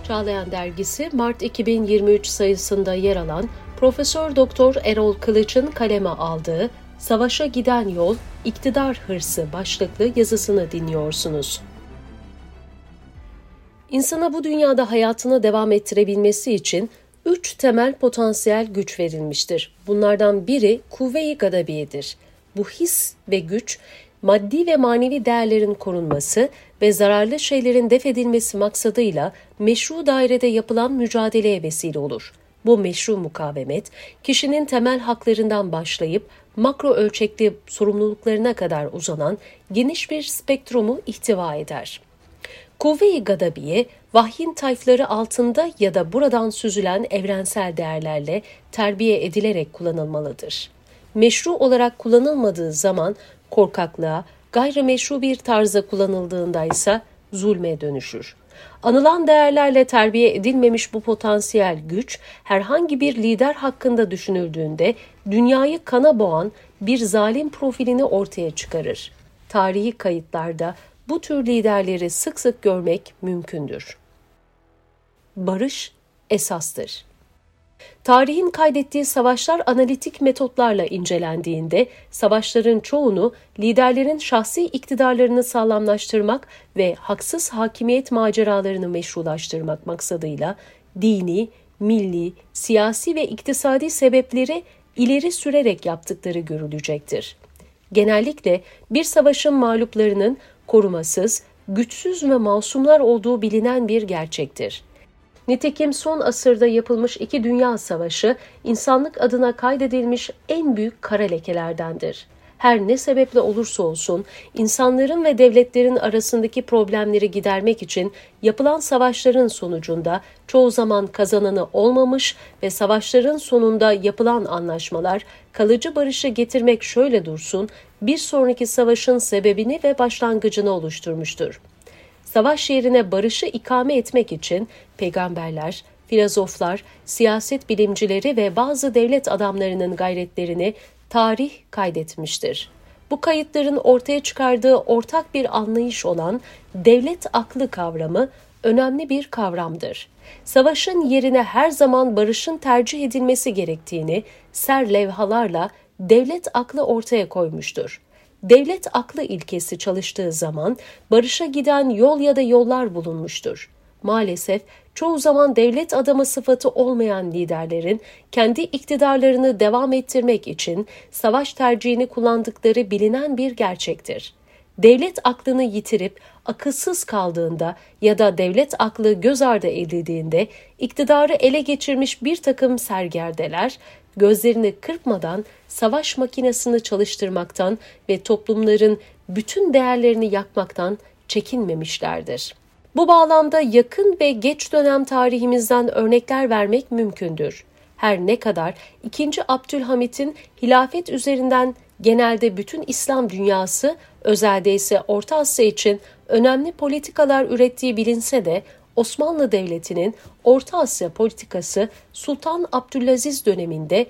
Çağlayan Dergisi Mart 2023 sayısında yer alan Profesör Doktor Erol Kılıç'ın kaleme aldığı Savaşa Giden Yol, İktidar Hırsı başlıklı yazısını dinliyorsunuz. İnsana bu dünyada hayatını devam ettirebilmesi için 3 temel potansiyel güç verilmiştir. Bunlardan biri kuvve-i gadabiyedir. Bu his ve güç, maddi ve manevi değerlerin korunması ve zararlı şeylerin def edilmesi maksadıyla meşru dairede yapılan mücadeleye vesile olur. Bu meşru mukavemet, kişinin temel haklarından başlayıp makro ölçekli sorumluluklarına kadar uzanan geniş bir spektrumu ihtiva eder. Kuvve-i gadabiye, vahyin tayfları altında ya da buradan süzülen evrensel değerlerle terbiye edilerek kullanılmalıdır. Meşru olarak kullanılmadığı zaman korkaklığa, gayrimeşru bir tarzda kullanıldığında ise zulme dönüşür. Anılan değerlerle terbiye edilmemiş bu potansiyel güç, herhangi bir lider hakkında düşünüldüğünde dünyayı kana boğan bir zalim profilini ortaya çıkarır. Tarihi kayıtlarda bu tür liderleri sık sık görmek mümkündür. Barış esastır. Tarihin kaydettiği savaşlar analitik metotlarla incelendiğinde, savaşların çoğunu liderlerin şahsi iktidarlarını sağlamlaştırmak ve haksız hakimiyet maceralarını meşrulaştırmak maksadıyla dini, milli, siyasi ve iktisadi sebepleri ileri sürerek yaptıkları görülecektir. Genellikle bir savaşın mağluplarının korumasız, güçsüz ve masumlar olduğu bilinen bir gerçektir. Nitekim son asırda yapılmış 2 dünya savaşı, insanlık adına kaydedilmiş en büyük kara lekelerdendir. Her ne sebeple olursa olsun, insanların ve devletlerin arasındaki problemleri gidermek için yapılan savaşların sonucunda çoğu zaman kazananı olmamış ve savaşların sonunda yapılan anlaşmalar, kalıcı barışı getirmek şöyle dursun, bir sonraki savaşın sebebini ve başlangıcını oluşturmuştur. Savaş yerine barışı ikame etmek için peygamberler, filozoflar, siyaset bilimcileri ve bazı devlet adamlarının gayretlerini tarih kaydetmiştir. Bu kayıtların ortaya çıkardığı ortak bir anlayış olan devlet aklı kavramı önemli bir kavramdır. Savaşın yerine her zaman barışın tercih edilmesi gerektiğini serlevhalarla devlet aklı ortaya koymuştur. Devlet aklı ilkesi çalıştığı zaman barışa giden yol ya da yollar bulunmuştur. Maalesef çoğu zaman devlet adamı sıfatı olmayan liderlerin kendi iktidarlarını devam ettirmek için savaş tercihini kullandıkları bilinen bir gerçektir. Devlet aklını yitirip akılsız kaldığında ya da devlet aklı göz ardı edildiğinde iktidarı ele geçirmiş bir takım sergerdeler, gözlerini kırpmadan savaş makinesini çalıştırmaktan ve toplumların bütün değerlerini yakmaktan çekinmemişlerdir. Bu bağlamda yakın ve geç dönem tarihimizden örnekler vermek mümkündür. Her ne kadar 2. Abdülhamit'in hilafet üzerinden genelde bütün İslam dünyası, özelde ise Orta Asya için önemli politikalar ürettiği bilinse de Osmanlı Devleti'nin Orta Asya politikası Sultan Abdülaziz döneminde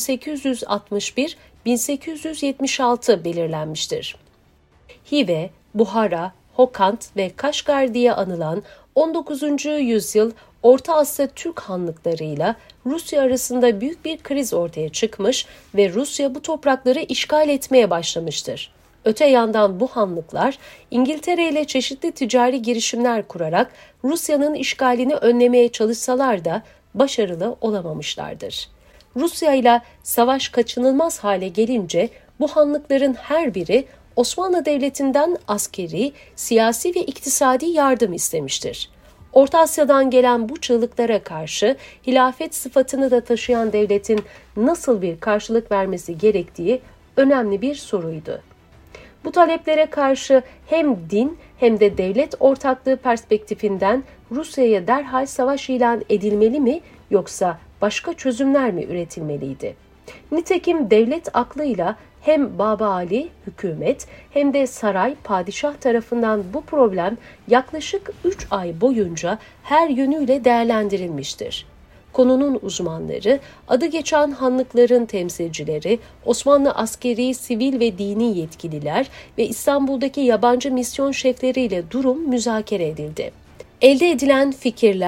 1861-1876 belirlenmiştir. Hive, Buhara, Hokant ve Kaşgar diye anılan 19. yüzyıl Orta Asya Türk hanlıklarıyla Rusya arasında büyük bir kriz ortaya çıkmış ve Rusya bu toprakları işgal etmeye başlamıştır. Öte yandan bu hanlıklar İngiltere ile çeşitli ticari girişimler kurarak Rusya'nın işgalini önlemeye çalışsalar da başarılı olamamışlardır. Rusya ile savaş kaçınılmaz hale gelince bu hanlıkların her biri Osmanlı Devleti'nden askeri, siyasi ve iktisadi yardım istemiştir. Orta Asya'dan gelen bu çığlıklara karşı hilafet sıfatını da taşıyan devletin nasıl bir karşılık vermesi gerektiği önemli bir soruydu. Bu taleplere karşı hem din hem de devlet ortaklığı perspektifinden Rusya'ya derhal savaş ilan edilmeli mi yoksa başka çözümler mi üretilmeliydi? Nitekim devlet aklıyla hem Baba Ali hükümet hem de saray padişah tarafından bu problem yaklaşık 3 ay boyunca her yönüyle değerlendirilmiştir. Konunun uzmanları, adı geçen hanlıkların temsilcileri, Osmanlı askeri, sivil ve dini yetkililer ve İstanbul'daki yabancı misyon şefleriyle durum müzakere edildi. Elde edilen fikirler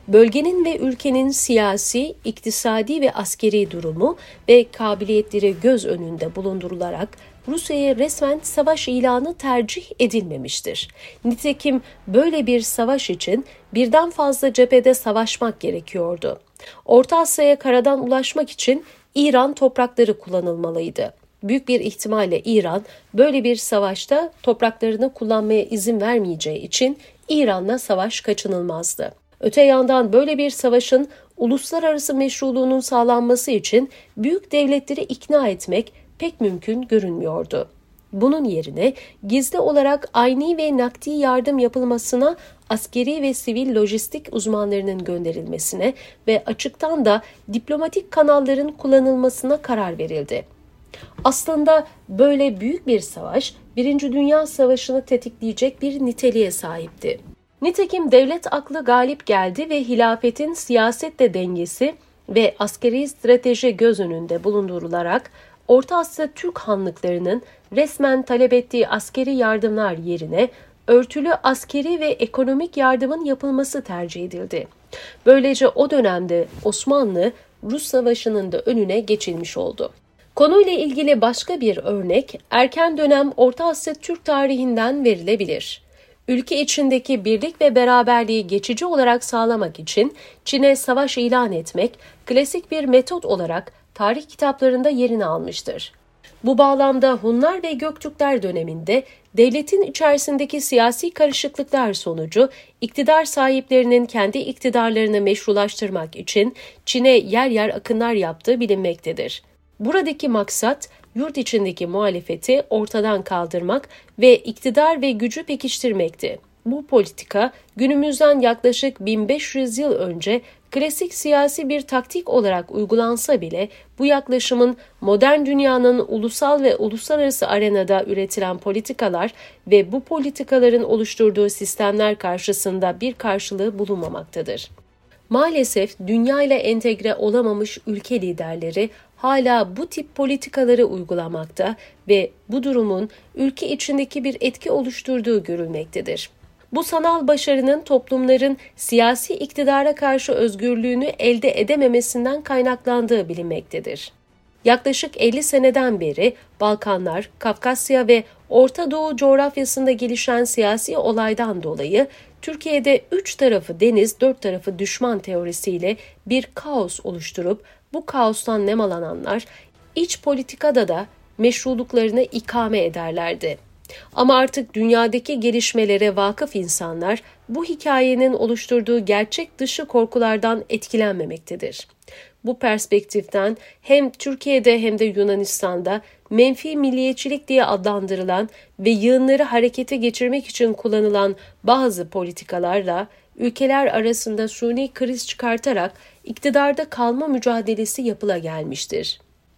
bölgenin ve ülkenin siyasi, iktisadi ve askeri durumu ve kabiliyetleri göz önünde bulundurularak Rusya'ya resmen savaş ilanı tercih edilmemiştir. Nitekim böyle bir savaş için birden fazla cephede savaşmak gerekiyordu. Orta Asya'ya karadan ulaşmak için İran toprakları kullanılmalıydı. Büyük bir ihtimalle İran böyle bir savaşta topraklarını kullanmaya izin vermeyeceği için İran'la savaş kaçınılmazdı. Öte yandan böyle bir savaşın uluslararası meşruluğunun sağlanması için büyük devletleri ikna etmek pek mümkün görünmüyordu. Bunun yerine gizli olarak ayni ve nakdi yardım yapılmasına, askeri ve sivil lojistik uzmanlarının gönderilmesine ve açıktan da diplomatik kanalların kullanılmasına karar verildi. Aslında böyle büyük bir savaş, Birinci Dünya Savaşı'nı tetikleyecek bir niteliğe sahipti. Nitekim devlet aklı galip geldi ve hilafetin siyasetle dengesi ve askeri strateji göz önünde bulundurularak Orta Asya Türk hanlıklarının resmen talep ettiği askeri yardımlar yerine örtülü askeri ve ekonomik yardımın yapılması tercih edildi. Böylece o dönemde Osmanlı-Rus Savaşı'nın da önüne geçilmiş oldu. Konuyla ilgili başka bir örnek erken dönem Orta Asya Türk tarihinden verilebilir. Ülke içindeki birlik ve beraberliği geçici olarak sağlamak için Çin'e savaş ilan etmek klasik bir metot olarak tarih kitaplarında yerini almıştır. Bu bağlamda Hunlar ve Göktürkler döneminde devletin içerisindeki siyasi karışıklıklar sonucu iktidar sahiplerinin kendi iktidarlarını meşrulaştırmak için Çin'e yer yer akınlar yaptığı bilinmektedir. Buradaki maksat yurt içindeki muhalefeti ortadan kaldırmak ve iktidar ve gücü pekiştirmekti. Bu politika günümüzden yaklaşık 1500 yıl önce klasik siyasi bir taktik olarak uygulansa bile bu yaklaşımın modern dünyanın ulusal ve uluslararası arenada üretilen politikalar ve bu politikaların oluşturduğu sistemler karşısında bir karşılığı bulunmamaktadır. Maalesef dünya ile entegre olamamış ülke liderleri hala bu tip politikaları uygulamakta ve bu durumun ülke içindeki bir etki oluşturduğu görülmektedir. Bu sanal başarının toplumların siyasi iktidara karşı özgürlüğünü elde edememesinden kaynaklandığı bilinmektedir. Yaklaşık 50 seneden beri Balkanlar, Kafkasya ve Orta Doğu coğrafyasında gelişen siyasi olaydan dolayı Türkiye'de 3 tarafı deniz, 4 tarafı düşman teorisiyle bir kaos oluşturup bu kaostan nemalananlar iç politikada da meşruluklarını ikame ederlerdi. Ama artık dünyadaki gelişmelere vakıf insanlar bu hikayenin oluşturduğu gerçek dışı korkulardan etkilenmemektedir. Bu perspektiften hem Türkiye'de hem de Yunanistan'da menfi milliyetçilik diye adlandırılan ve yığınları harekete geçirmek için kullanılan bazı politikalarla ülkeler arasında suni kriz çıkartarak iktidarda kalma mücadelesi yapıla gelmiştir.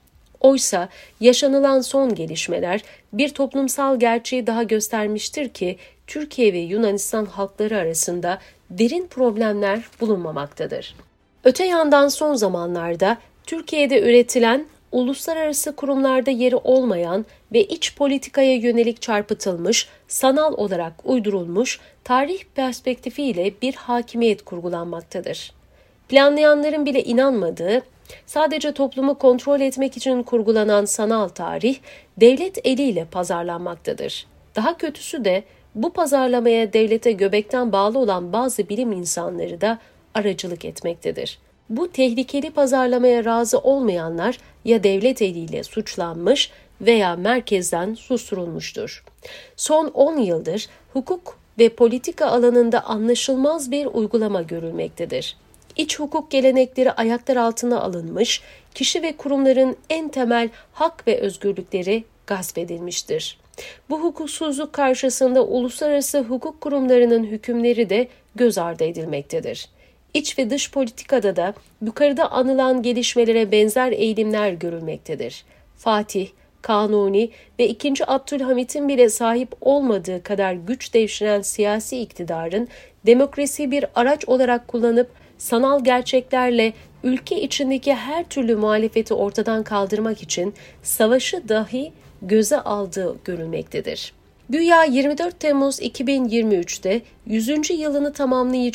Oysa yaşanılan son gelişmeler bir toplumsal gerçeği daha göstermiştir ki Türkiye ve Yunanistan halkları arasında derin problemler bulunmamaktadır. Öte yandan son zamanlarda Türkiye'de üretilen, uluslararası kurumlarda yeri olmayan ve iç politikaya yönelik çarpıtılmış, sanal olarak uydurulmuş tarih perspektifiyle bir hakimiyet kurgulanmaktadır. Planlayanların bile inanmadığı, sadece toplumu kontrol etmek için kurgulanan sanal tarih, devlet eliyle pazarlanmaktadır. Daha kötüsü de bu pazarlamaya devlete göbekten bağlı olan bazı bilim insanları da aracılık etmektedir. Bu tehlikeli pazarlamaya razı olmayanlar ya devlet eliyle suçlanmış veya merkezden susturulmuştur. Son 10 yıldır hukuk ve politika alanında anlaşılmaz bir uygulama görülmektedir. İç hukuk gelenekleri ayaklar altına alınmış, kişi ve kurumların en temel hak ve özgürlükleri gasp edilmiştir. Bu hukuksuzluk karşısında uluslararası hukuk kurumlarının hükümleri de göz ardı edilmektedir. İç ve dış politikada da yukarıda anılan gelişmelere benzer eğilimler görülmektedir. Fatih, Kanuni ve II. Abdülhamit'in bile sahip olmadığı kadar güç devşiren siyasi iktidarın demokrasiyi bir araç olarak kullanıp sanal gerçeklerle ülke içindeki her türlü muhalefeti ortadan kaldırmak için savaşı dahi göze aldığı görülmektedir. Güya 24 Temmuz 2023'te 100. yılını tamamlayacak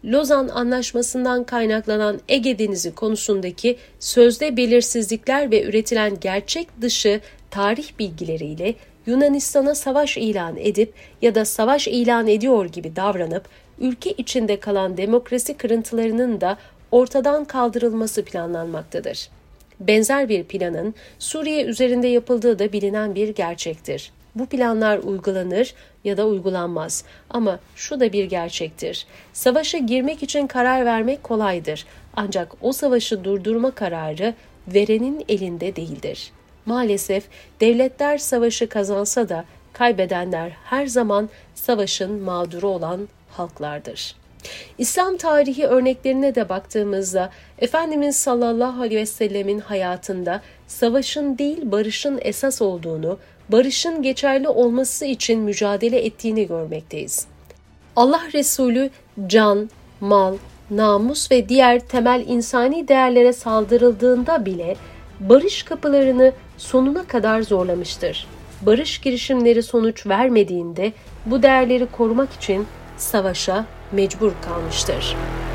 Lozan Anlaşması'ndan kaynaklanan Ege Denizi konusundaki sözde belirsizlikler ve üretilen gerçek dışı tarih bilgileriyle Yunanistan'a savaş ilan edip ya da savaş ilan ediyor gibi davranıp ülke içinde kalan demokrasi kırıntılarının da ortadan kaldırılması planlanmaktadır. Benzer bir planın Suriye üzerinde yapıldığı da bilinen bir gerçektir. Bu planlar uygulanır ya da uygulanmaz. Ama şu da bir gerçektir. Savaşa girmek için karar vermek kolaydır. Ancak o savaşı durdurma kararı verenin elinde değildir. Maalesef devletler savaşı kazansa da kaybedenler her zaman savaşın mağduru olan halklardır. İslam tarihi örneklerine de baktığımızda Efendimiz sallallahu aleyhi ve sellemin hayatında savaşın değil barışın esas olduğunu, barışın geçerli olması için mücadele ettiğini görmekteyiz. Allah Resulü can, mal, namus ve diğer temel insani değerlere saldırıldığında bile barış kapılarını sonuna kadar zorlamıştır. Barış girişimleri sonuç vermediğinde bu değerleri korumak için savaşa mecbur kalmıştır.